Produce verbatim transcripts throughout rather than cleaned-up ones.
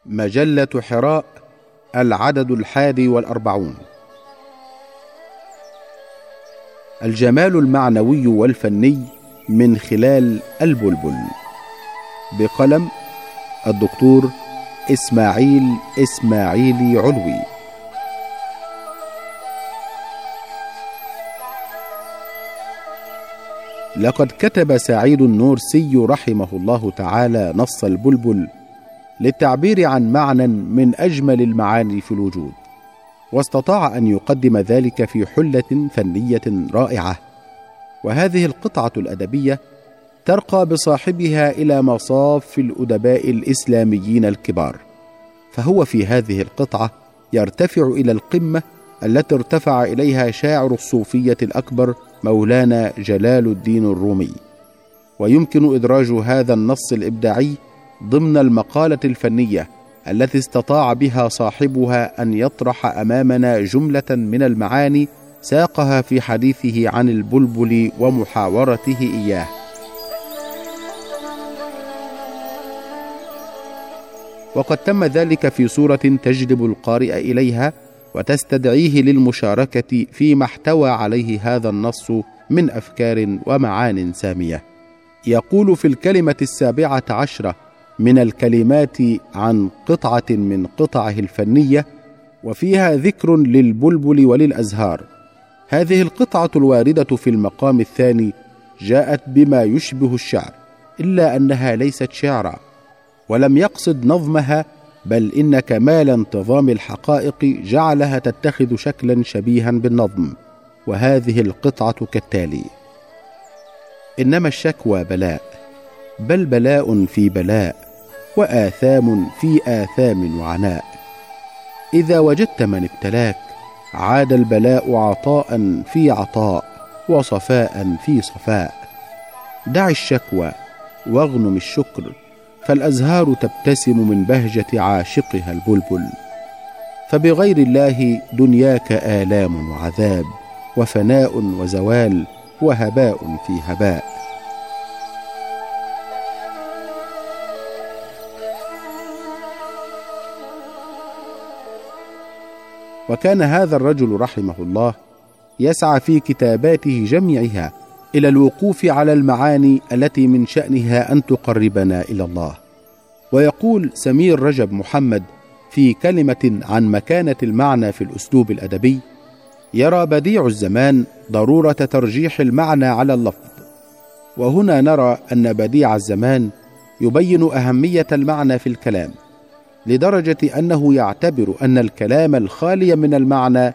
مجلة حراء، العدد الحادي والأربعون. الجمال المعنوي والفني من خلال البلبل، بقلم الدكتور إسماعيل إسماعيلي علوي. لقد كتب سعيد النورسي رحمه الله تعالى نص البلبل للتعبير عن معنى من أجمل المعاني في الوجود، واستطاع أن يقدم ذلك في حلة فنية رائعة. وهذه القطعة الأدبية ترقى بصاحبها إلى مصاف الأدباء الإسلاميين الكبار، فهو في هذه القطعة يرتفع إلى القمة التي ارتفع إليها شاعر الصوفية الأكبر مولانا جلال الدين الرومي. ويمكن إدراج هذا النص الإبداعي ضمن المقالة الفنية التي استطاع بها صاحبها أن يطرح أمامنا جملة من المعاني ساقها في حديثه عن البلبل ومحاورته إياه. وقد تم ذلك في صورة تجذب القارئ إليها وتستدعيه للمشاركة فيما احتوى عليه هذا النص من أفكار ومعان سامية. يقول في الكلمة السابعة عشرة من الكلمات عن قطعة من قطعه الفنية، وفيها ذكر للبلبل وللأزهار. هذه القطعة الواردة في المقام الثاني جاءت بما يشبه الشعر، إلا أنها ليست شعرا، ولم يقصد نظمها، بل إن كمال انتظام الحقائق جعلها تتخذ شكلا شبيها بالنظم. وهذه القطعة كالتالي: إنما الشكوى بلاء، بل بلاء في بلاء، وآثام في آثام وعناء. إذا وجدت من ابتلاك عاد البلاء عطاء في عطاء، وصفاء في صفاء. دع الشكوى واغنم الشكر، فالأزهار تبتسم من بهجة عاشقها البلبل. فبغير الله دنياك آلام وعذاب، وفناء وزوال، وهباء في هباء. وكان هذا الرجل رحمه الله يسعى في كتاباته جميعها إلى الوقوف على المعاني التي من شأنها أن تقربنا إلى الله. ويقول سمير رجب محمد في كلمة عن مكانة المعنى في الأسلوب الأدبي: يرى بديع الزمان ضرورة ترجيح المعنى على اللفظ. وهنا نرى أن بديع الزمان يبين أهمية المعنى في الكلام، لدرجة أنه يعتبر أن الكلام الخالي من المعنى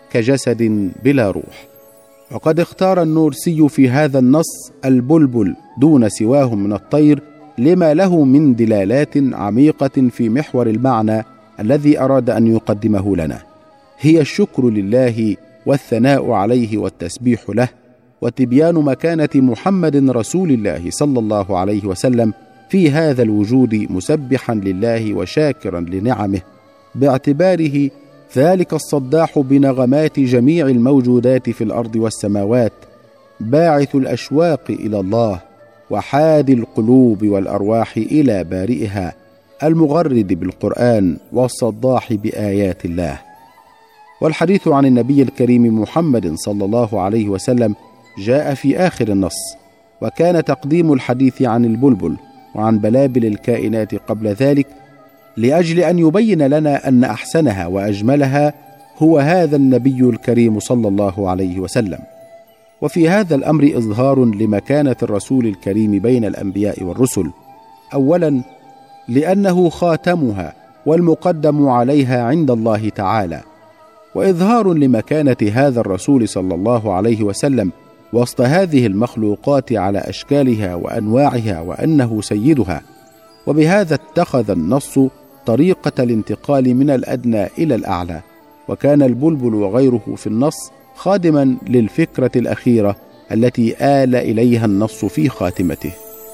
كجسد بلا روح. وقد اختار النورسي في هذا النص البلبل دون سواه من الطير لما له من دلالات عميقة في محور المعنى الذي أراد أن يقدمه لنا، هي الشكر لله والثناء عليه والتسبيح له، وتبيان مكانة محمد رسول الله صلى الله عليه وسلم في هذا الوجود، مسبحا لله وشاكرا لنعمه، باعتباره ذلك الصداح بنغمات جميع الموجودات في الأرض والسماوات، باعث الأشواق إلى الله، وحاد القلوب والأرواح إلى بارئها، المغرد بالقرآن والصداح بآيات الله. والحديث عن النبي الكريم محمد صلى الله عليه وسلم جاء في آخر النص، وكان تقديم الحديث عن البلبل وعن بلابل الكائنات قبل ذلك لأجل أن يبين لنا أن أحسنها وأجملها هو هذا النبي الكريم صلى الله عليه وسلم. وفي هذا الأمر إظهار لمكانة الرسول الكريم بين الأنبياء والرسل، أولا لأنه خاتمها والمقدم عليها عند الله تعالى، وإظهار لمكانة هذا الرسول صلى الله عليه وسلم وسط هذه المخلوقات على أشكالها وأنواعها، وأنه سيدها. وبهذا اتخذ النص طريقة الانتقال من الأدنى إلى الأعلى، وكان البلبل وغيره في النص خادما للفكرة الأخيرة التي آل إليها النص في خاتمته.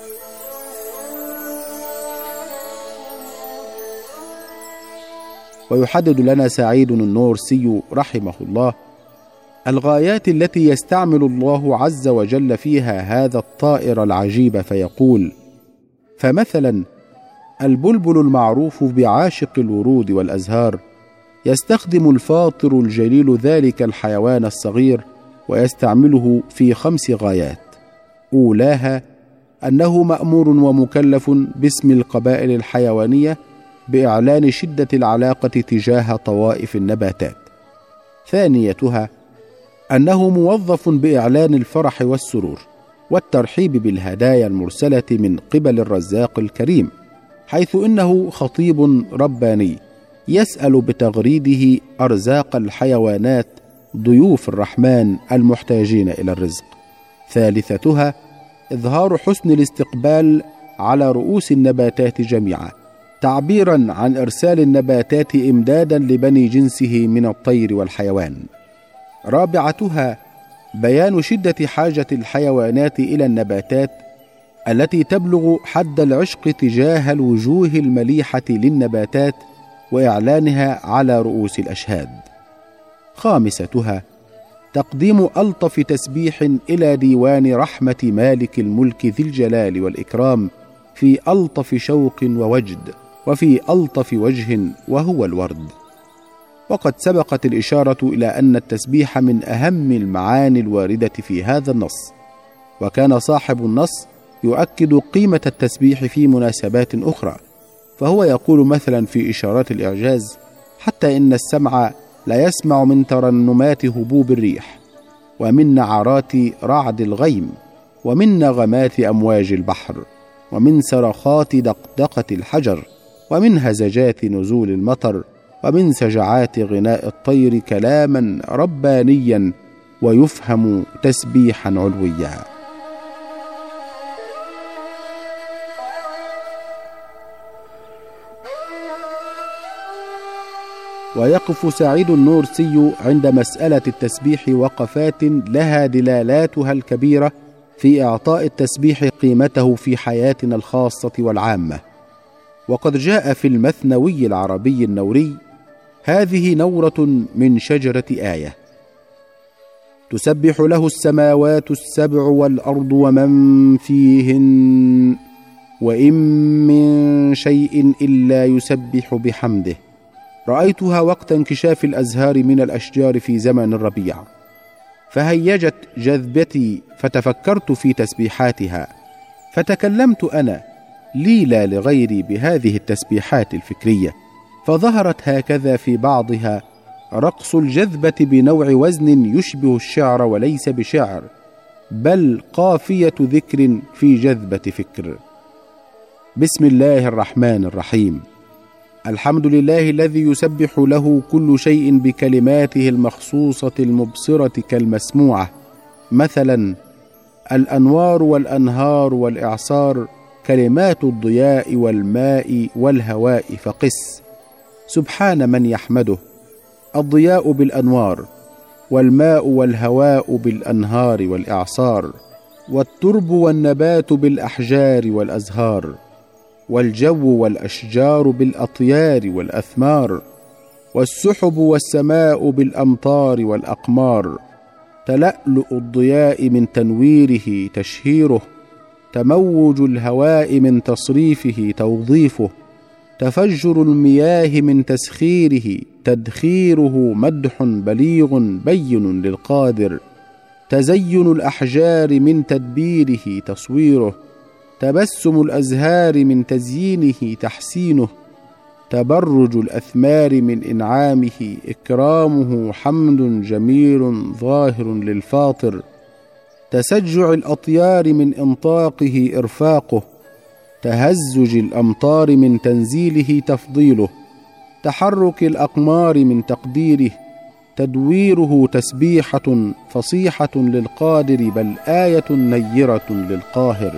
ويحدد لنا سعيد النورسي رحمه الله الغايات التي يستعمل الله عز وجل فيها هذا الطائر العجيب، فيقول: فمثلا البلبل المعروف بعاشق الورود والأزهار يستخدم الفاطر الجليل ذلك الحيوان الصغير ويستعمله في خمس غايات. أولاها أنه مأمور ومكلف باسم القبائل الحيوانية بإعلان شدة العلاقة تجاه طوائف النباتات. ثانيتها أنه موظف بإعلان الفرح والسرور والترحيب بالهدايا المرسلة من قبل الرزاق الكريم، حيث إنه خطيب رباني يسأل بتغريده أرزاق الحيوانات ضيوف الرحمن المحتاجين إلى الرزق. ثالثتها إظهار حسن الاستقبال على رؤوس النباتات جميعا، تعبيرا عن إرسال النباتات إمدادا لبني جنسه من الطير والحيوان. رابعتها بيان شدة حاجة الحيوانات إلى النباتات التي تبلغ حد العشق تجاه الوجوه المليحة للنباتات وإعلانها على رؤوس الأشهاد. خامستها تقديم ألطف تسبيح إلى ديوان رحمة مالك الملك ذي الجلال والإكرام في ألطف شوق ووجد وفي ألطف وجه وهو الورد. وقد سبقت الإشارة إلى أن التسبيح من أهم المعاني الواردة في هذا النص، وكان صاحب النص يؤكد قيمة التسبيح في مناسبات أخرى، فهو يقول مثلا في إشارات الإعجاز: حتى إن السمع لا يسمع من ترنمات هبوب الريح، ومن نعرات رعد الغيم، ومن نغمات أمواج البحر، ومن صرخات دقدقة الحجر، ومن هزجات نزول المطر، ومن سجعات غناء الطير كلاما ربانيا ويفهم تسبيحا علويا. ويقف سعيد النورسي عند مسألة التسبيح وقفات لها دلالاتها الكبيرة في إعطاء التسبيح قيمته في حياتنا الخاصة والعامة. وقد جاء في المثنوي العربي النوري: هذه نورة من شجرة آية تسبح له السماوات السبع والأرض ومن فيهن وإن من شيء إلا يسبح بحمده. رأيتها وقت انكشاف الأزهار من الأشجار في زمن الربيع، فهيجت جذبتي فتفكرت في تسبيحاتها، فتكلمت أنا لي لا لغيري بهذه التسبيحات الفكرية، فظهرت هكذا في بعضها رقص الجذبة بنوع وزن يشبه الشعر وليس بشعر، بل قافية ذكر في جذبة فكر. بسم الله الرحمن الرحيم. الحمد لله الذي يسبح له كل شيء بكلماته المخصوصة المبصرة كالمسموعة، مثلا الأنوار والأنهار والإعصار كلمات الضياء والماء والهواء، فقس. سبحان من يحمده، الضياء بالأنوار، والماء والهواء بالأنهار والإعصار، والترب والنبات بالأحجار والأزهار، والجو والأشجار بالأطيار والأثمار، والسحب والسماء بالأمطار والأقمار، تلألؤ الضياء من تنويره تشهيره، تموج الهواء من تصريفه توظيفه، تفجر المياه من تسخيره تدخيره، مدح بليغ بين للقادر، تزين الأحجار من تدبيره تصويره، تبسم الأزهار من تزيينه تحسينه، تبرج الأثمار من إنعامه إكرامه، حمد جميل ظاهر للفاطر، تسجع الأطيار من إنطاقه إرفاقه، تهزج الأمطار من تنزيله تفضيله، تحرك الأقمار من تقديره تدويره، تسبيحة فصيحة للقادر، بل آية نيرة للقاهر.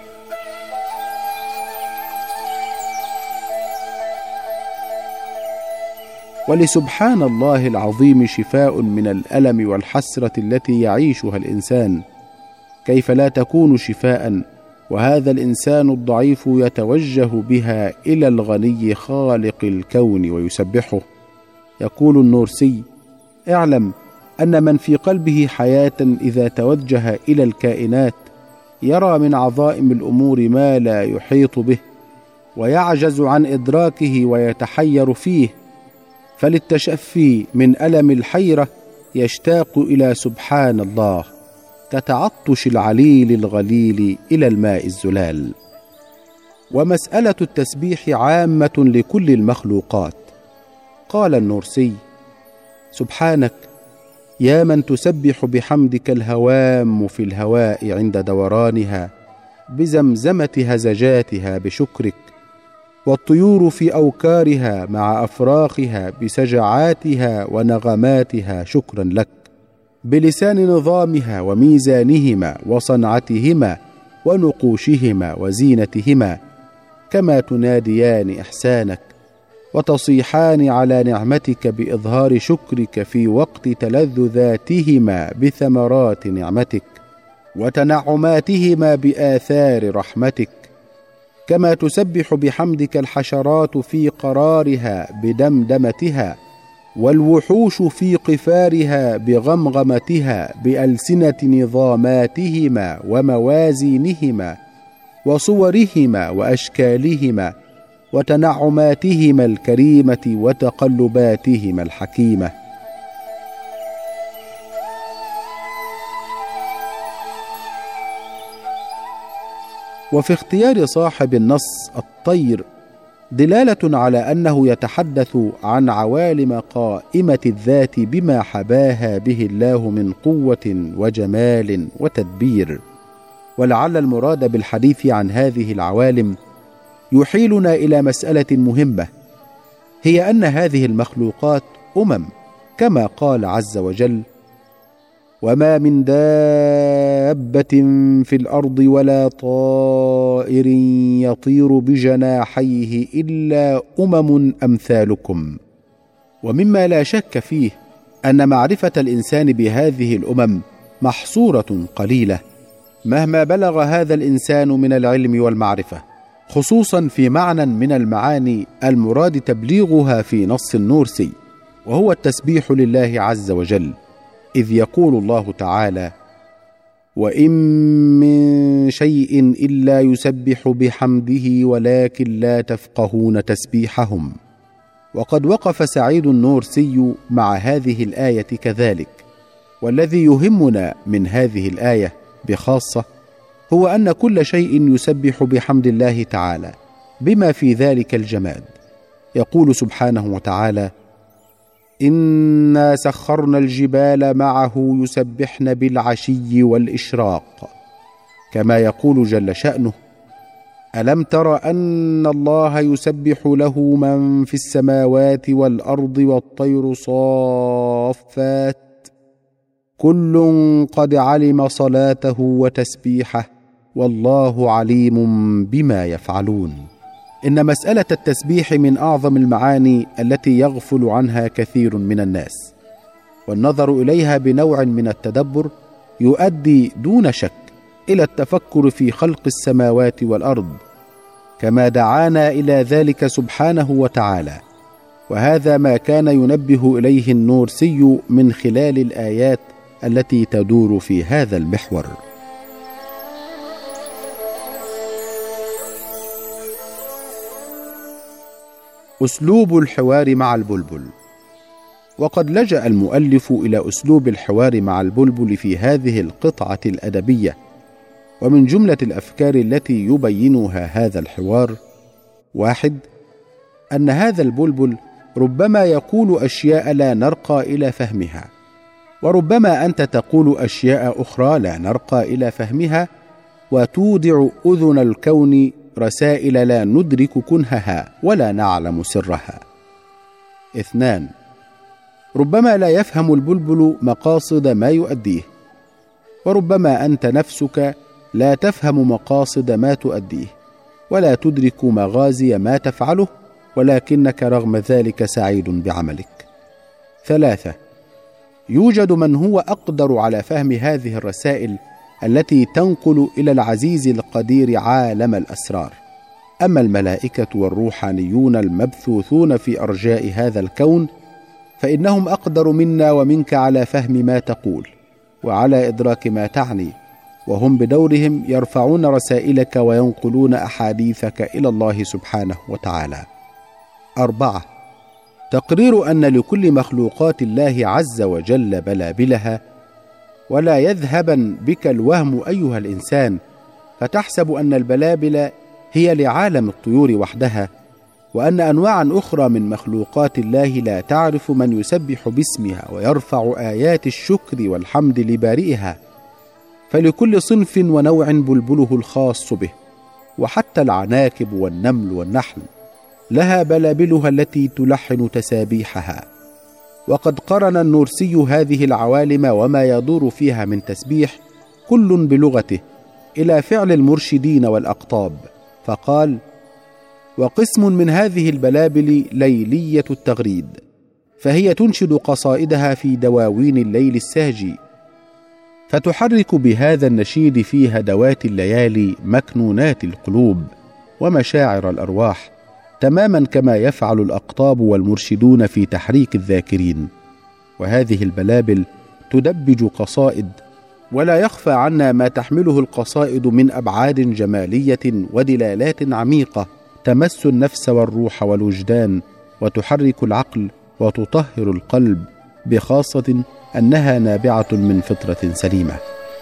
ولسبحان الله العظيم شفاء من الألم والحسرة التي يعيشها الإنسان، كيف لا تكون شفاء وهذا الإنسان الضعيف يتوجه بها إلى الغني خالق الكون ويسبحه؟ يقول النورسي: اعلم أن من في قلبه حياة إذا توجه إلى الكائنات يرى من عظائم الأمور ما لا يحيط به، ويعجز عن إدراكه ويتحير فيه، فللتشفي من ألم الحيرة يشتاق إلى سبحان الله كتعطش العليل الغليل إلى الماء الزلال. ومسألة التسبيح عامة لكل المخلوقات. قال النورسي: سبحانك يا من تسبح بحمدك الهوام في الهواء عند دورانها بزمزمة هزجاتها بشكرك، والطيور في أوكارها مع أفراخها بسجعاتها ونغماتها شكرا لك، بلسان نظامها وميزانهما وصنعتهما ونقوشهما وزينتهما، كما تناديان إحسانك وتصيحان على نعمتك بإظهار شكرك في وقت تلذذاتهما بثمرات نعمتك وتنعماتهما بآثار رحمتك، كما تسبح بحمدك الحشرات في قرارها بدمدمتها، والوحوش في قفارها بغمغمتها بألسنة نظاماتهما وموازينهما وصورهما وأشكالهما وتنعماتهما الكريمة وتقلباتهما الحكيمة. وفي اختيار صاحب النص الطير دلالة على أنه يتحدث عن عوالم قائمة الذات بما حباها به الله من قوة وجمال وتدبير. ولعل المراد بالحديث عن هذه العوالم يحيلنا إلى مسألة مهمة، هي أن هذه المخلوقات أمم، كما قال عز وجل: وما من دابة في الأرض ولا طائر يطير بجناحيه إلا أمم أمثالكم. ومما لا شك فيه أن معرفة الإنسان بهذه الأمم محصورة قليلة، مهما بلغ هذا الإنسان من العلم والمعرفة، خصوصا في معنى من المعاني المراد تبليغها في نص النورسي، وهو التسبيح لله عز وجل، إذ يقول الله تعالى: وإن من شيء إلا يسبح بحمده ولكن لا تفقهون تسبيحهم. وقد وقف سعيد النورسي مع هذه الآية كذلك. والذي يهمنا من هذه الآية بخاصة هو أن كل شيء يسبح بحمد الله تعالى، بما في ذلك الجماد. يقول سبحانه وتعالى: إنا سخرنا الجبال معه يسبحن بالعشي والإشراق. كما يقول جل شأنه: ألم تر أن الله يسبح له من في السماوات والأرض والطير صافات كل قد علم صلاته وتسبيحه والله عليم بما يفعلون. إن مسألة التسبيح من أعظم المعاني التي يغفل عنها كثير من الناس، والنظر إليها بنوع من التدبر يؤدي دون شك إلى التفكر في خلق السماوات والأرض، كما دعانا إلى ذلك سبحانه وتعالى. وهذا ما كان ينبه إليه النورسي من خلال الآيات التي تدور في هذا المحور. أسلوب الحوار مع البلبل. وقد لجأ المؤلف إلى أسلوب الحوار مع البلبل في هذه القطعة الأدبية، ومن جملة الأفكار التي يبينها هذا الحوار: واحد، أن هذا البلبل ربما يقول أشياء لا نرقى إلى فهمها، وربما أنت تقول أشياء أخرى لا نرقى إلى فهمها، وتودع أذن الكون رسائل لا ندرك كنهها ولا نعلم سرها. اثنان، ربما لا يفهم البلبل مقاصد ما يؤديه، وربما أنت نفسك لا تفهم مقاصد ما تؤديه ولا تدرك مغازي ما تفعله، ولكنك رغم ذلك سعيد بعملك. ثلاثة، يوجد من هو أقدر على فهم هذه الرسائل التي تنقل إلى العزيز القدير عالم الأسرار. أما الملائكة والروحانيون المبثوثون في أرجاء هذا الكون فإنهم أقدر منا ومنك على فهم ما تقول وعلى إدراك ما تعني، وهم بدورهم يرفعون رسائلك وينقلون أحاديثك إلى الله سبحانه وتعالى. أربعة، تقرير أن لكل مخلوقات الله عز وجل بلابلها، ولا يذهبا بك الوهم أيها الإنسان فتحسب أن البلابل هي لعالم الطيور وحدها، وأن أنواعا أخرى من مخلوقات الله لا تعرف من يسبح باسمها ويرفع آيات الشكر والحمد لبارئها، فلكل صنف ونوع بلبله الخاص به، وحتى العناكب والنمل والنحل لها بلابلها التي تلحن تسابيحها. وقد قرن النورسي هذه العوالم وما يدور فيها من تسبيح كل بلغته إلى فعل المرشدين والأقطاب، فقال: وقسم من هذه البلابل ليلية التغريد، فهي تنشد قصائدها في دواوين الليل الساجي، فتحرك بهذا النشيد في هدوات الليالي مكنونات القلوب ومشاعر الأرواح، تماما كما يفعل الأقطاب والمرشدون في تحريك الذاكرين. وهذه البلابل تدبج قصائد، ولا يخفى عنا ما تحمله القصائد من أبعاد جمالية ودلالات عميقة تمس النفس والروح والوجدان، وتحرك العقل وتطهر القلب، بخاصة أنها نابعة من فطرة سليمة.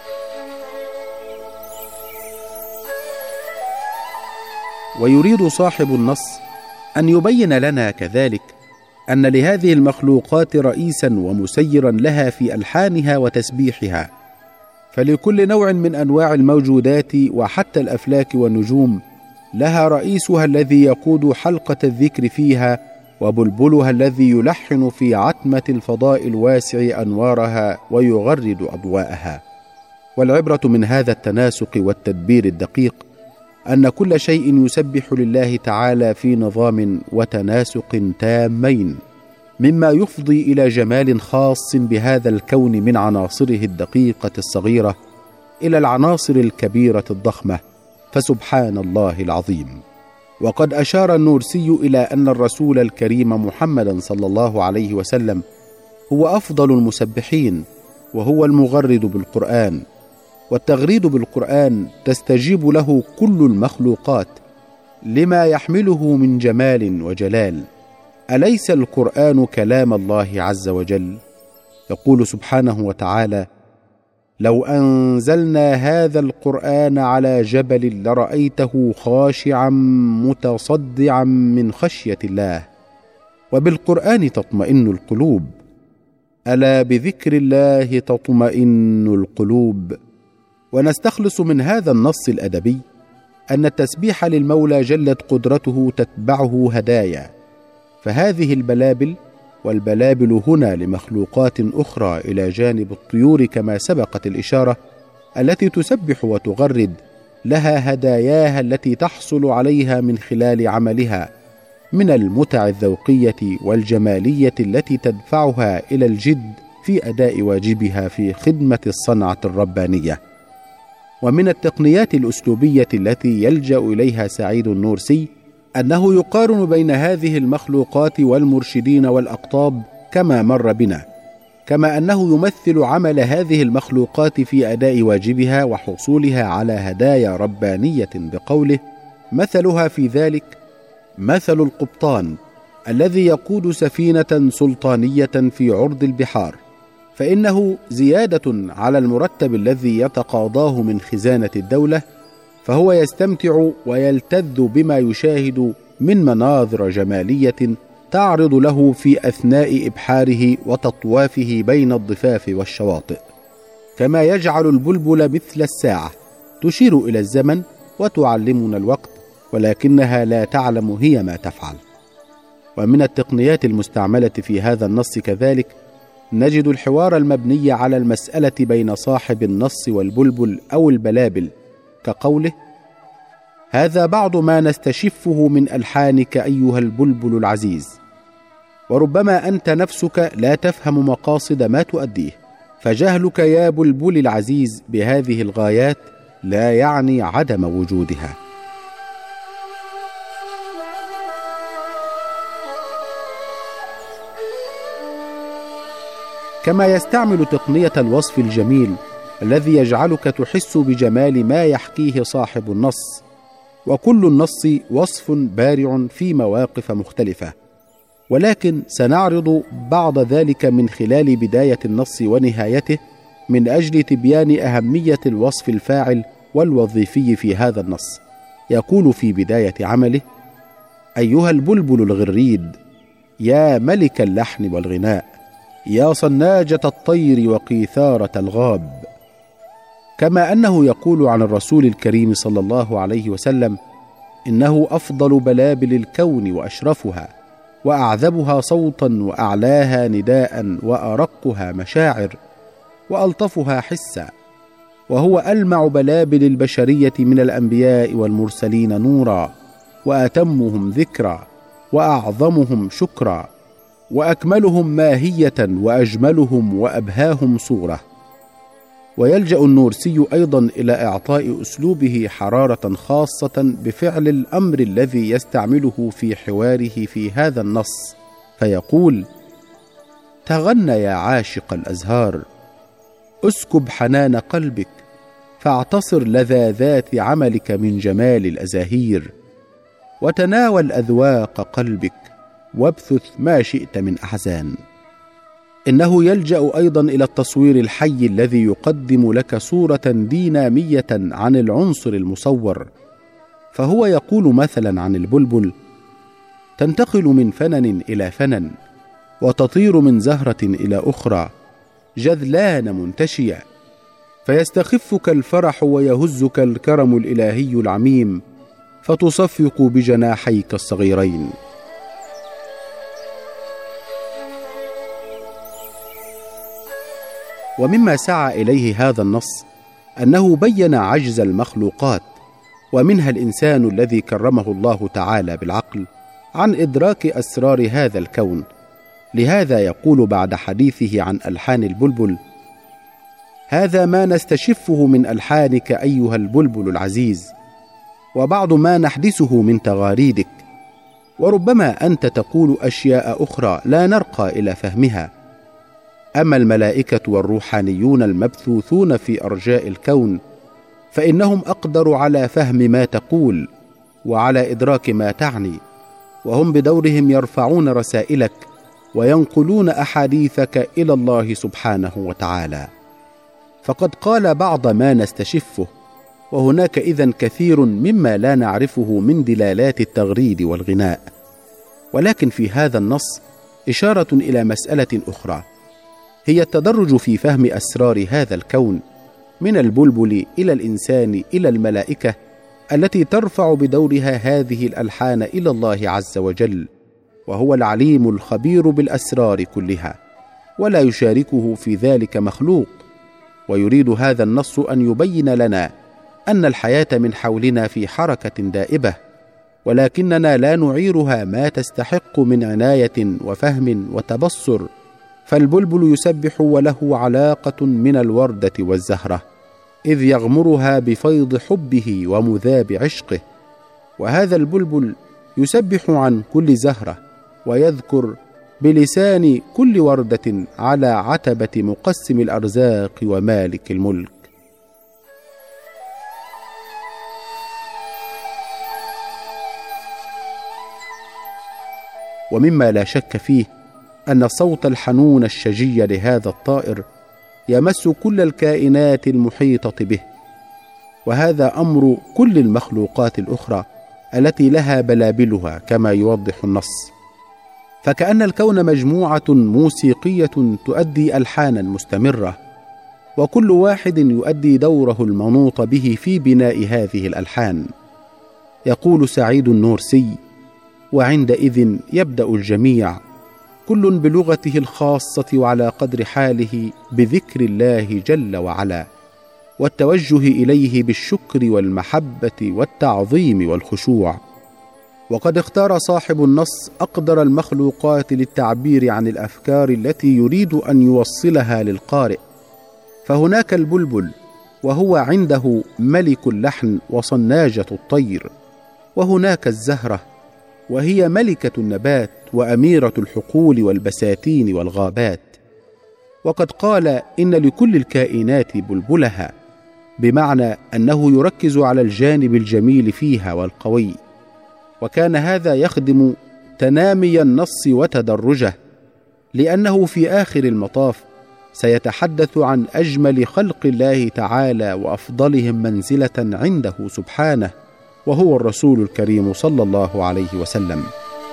ويريد صاحب النص أن يبين لنا كذلك أن لهذه المخلوقات رئيسا ومسيرا لها في ألحانها وتسبيحها، فلكل نوع من أنواع الموجودات وحتى الأفلاك والنجوم لها رئيسها الذي يقود حلقة الذكر فيها، وبلبلها الذي يلحن في عتمة الفضاء الواسع أنوارها ويغرد أضواءها. والعبرة من هذا التناسق والتدبير الدقيق أن كل شيء يسبح لله تعالى في نظام وتناسق تامين، مما يفضي إلى جمال خاص بهذا الكون من عناصره الدقيقة الصغيرة إلى العناصر الكبيرة الضخمة، فسبحان الله العظيم. وقد أشار النورسي إلى أن الرسول الكريم محمدا صلى الله عليه وسلم هو أفضل المسبحين، وهو المغرد بالقرآن، والتغريد بالقرآن تستجيب له كل المخلوقات لما يحمله من جمال وجلال. أليس القرآن كلام الله عز وجل؟ يقول سبحانه وتعالى: لو أنزلنا هذا القرآن على جبل لرأيته خاشعا متصدعا من خشية الله. وبالقرآن تطمئن القلوب، ألا بذكر الله تطمئن القلوب. ونستخلص من هذا النص الأدبي أن التسبيح للمولى جلت قدرته تتبعه هدايا، فهذه البلابل، والبلابل هنا لمخلوقات أخرى إلى جانب الطيور كما سبقت الإشارة، التي تسبح وتغرد، لها هداياها التي تحصل عليها من خلال عملها من المتع الذوقية والجمالية التي تدفعها إلى الجد في أداء واجبها في خدمة الصنعة الربانية. ومن التقنيات الأسلوبية التي يلجأ إليها سعيد النورسي أنه يقارن بين هذه المخلوقات والمرشدين والأقطاب كما مر بنا، كما أنه يمثل عمل هذه المخلوقات في أداء واجبها وحصولها على هدايا ربانية بقوله: مثلها في ذلك مثل القبطان الذي يقود سفينة سلطانية في عرض البحار، فإنه زيادة على المرتب الذي يتقاضاه من خزانة الدولة، فهو يستمتع ويلتذ بما يشاهد من مناظر جمالية تعرض له في أثناء إبحاره وتطوافه بين الضفاف والشواطئ، كما يجعل البلبل مثل الساعة تشير إلى الزمن وتعلمنا الوقت، ولكنها لا تعلم هي ما تفعل. ومن التقنيات المستعملة في هذا النص كذلك نجد الحوار المبني على المسألة بين صاحب النص والبلبل أو البلابل، كقوله: هذا بعض ما نستشفه من ألحانك أيها البلبل العزيز، وربما أنت نفسك لا تفهم مقاصد ما تؤديه، فجهلك يا بلبل العزيز بهذه الغايات لا يعني عدم وجودها. كما يستعمل تقنية الوصف الجميل الذي يجعلك تحس بجمال ما يحكيه صاحب النص، وكل النص وصف بارع في مواقف مختلفة، ولكن سنعرض بعض ذلك من خلال بداية النص ونهايته من أجل تبيان أهمية الوصف الفاعل والوظيفي في هذا النص. يقول في بداية عمله: أيها البلبل الغريد، يا ملك اللحن والغناء، يا صناجة الطير وقيثارة الغاب. كما أنه يقول عن الرسول الكريم صلى الله عليه وسلم: إنه أفضل بلابل الكون وأشرفها، وأعذبها صوتا، وأعلاها نداء، وأرقها مشاعر، وألطفها حسا، وهو ألمع بلابل البشرية من الأنبياء والمرسلين نورا، وأتمهم ذكرا، وأعظمهم شكرا، وأكملهم ماهية، وأجملهم وأبهاهم صورة. ويلجأ النورسي أيضا إلى إعطاء أسلوبه حرارة خاصة بفعل الأمر الذي يستعمله في حواره في هذا النص، فيقول: تغنى يا عاشق الأزهار، اسكب حنان قلبك، فاعتصر لذاذات عملك من جمال الأزاهير، وتناول أذواق قلبك، وابثث ما شئت من أحزان. إنه يلجأ أيضا إلى التصوير الحي الذي يقدم لك صورة دينامية عن العنصر المصور، فهو يقول مثلا عن البلبل: تنتقل من فنن إلى فنن، وتطير من زهرة إلى أخرى، جذلان منتشية، فيستخفك الفرح ويهزك الكرم الإلهي العميم، فتصفق بجناحيك الصغيرين. ومما سعى إليه هذا النص أنه بين عجز المخلوقات، ومنها الإنسان الذي كرمه الله تعالى بالعقل، عن إدراك أسرار هذا الكون. لهذا يقول بعد حديثه عن ألحان البلبل: هذا ما نستشفه من ألحانك أيها البلبل العزيز، وبعض ما نحدثه من تغاريدك، وربما أنت تقول أشياء أخرى لا نرقى إلى فهمها. أما الملائكة والروحانيون المبثوثون في أرجاء الكون فإنهم أقدر على فهم ما تقول وعلى إدراك ما تعني، وهم بدورهم يرفعون رسائلك وينقلون أحاديثك إلى الله سبحانه وتعالى. فقد قال بعض ما نستشفه، وهناك إذن كثير مما لا نعرفه من دلالات التغريد والغناء. ولكن في هذا النص إشارة إلى مسألة أخرى، هي التدرج في فهم أسرار هذا الكون، من البلبل إلى الإنسان إلى الملائكة التي ترفع بدورها هذه الألحان إلى الله عز وجل، وهو العليم الخبير بالأسرار كلها، ولا يشاركه في ذلك مخلوق. ويريد هذا النص أن يبين لنا أن الحياة من حولنا في حركة دائبة، ولكننا لا نعيرها ما تستحق من عناية وفهم وتبصر. فالبلبل يسبح وله علاقة من الوردة والزهرة، إذ يغمرها بفيض حبه ومذاب عشقه، وهذا البلبل يسبح عن كل زهرة، ويذكر بلسان كل وردة على عتبة مقسم الأرزاق ومالك الملك. ومما لا شك فيه أن الصوت الحنون الشجي لهذا الطائر يمس كل الكائنات المحيطة به، وهذا أمر كل المخلوقات الأخرى التي لها بلابلها كما يوضح النص. فكأن الكون مجموعة موسيقية تؤدي ألحانا مستمرة، وكل واحد يؤدي دوره المنوط به في بناء هذه الألحان. يقول سعيد النورسي: وعندئذ يبدأ الجميع كل بلغته الخاصة وعلى قدر حاله بذكر الله جل وعلا، والتوجه إليه بالشكر والمحبة والتعظيم والخشوع. وقد اختار صاحب النص أقدر المخلوقات للتعبير عن الأفكار التي يريد أن يوصلها للقارئ، فهناك البلبل وهو عنده ملك اللحن وصناجة الطير، وهناك الزهرة وهي ملكة النبات وأميرة الحقول والبساتين والغابات، وقد قال إن لكل الكائنات بلبلها، بمعنى أنه يركز على الجانب الجميل فيها والقوي، وكان هذا يخدم تنامي النص وتدرجه، لأنه في آخر المطاف سيتحدث عن أجمل خلق الله تعالى وأفضلهم منزلة عنده سبحانه، وهو الرسول الكريم صلى الله عليه وسلم.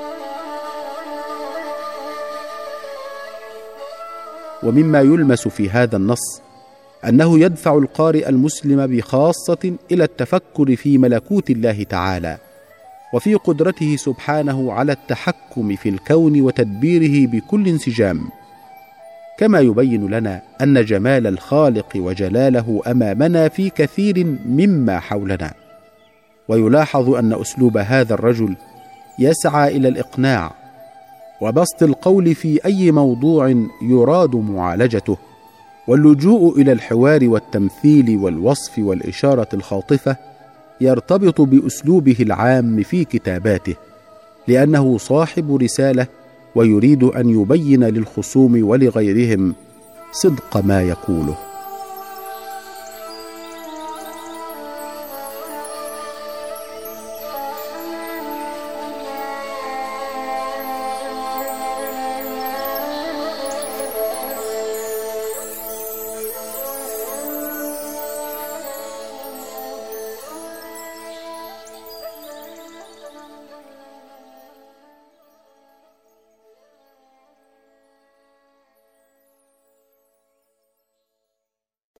ومما يلمس في هذا النص أنه يدفع القارئ المسلم بخاصة إلى التفكر في ملكوت الله تعالى وفي قدرته سبحانه على التحكم في الكون وتدبيره بكل انسجام، كما يبين لنا أن جمال الخالق وجلاله أمامنا في كثير مما حولنا. ويلاحظ أن أسلوب هذا الرجل يسعى إلى الإقناع وبسط القول في أي موضوع يراد معالجته، واللجوء إلى الحوار والتمثيل والوصف والإشارة الخاطفة يرتبط بأسلوبه العام في كتاباته، لأنه صاحب رسالة ويريد أن يبين للخصوم ولغيرهم صدق ما يقوله.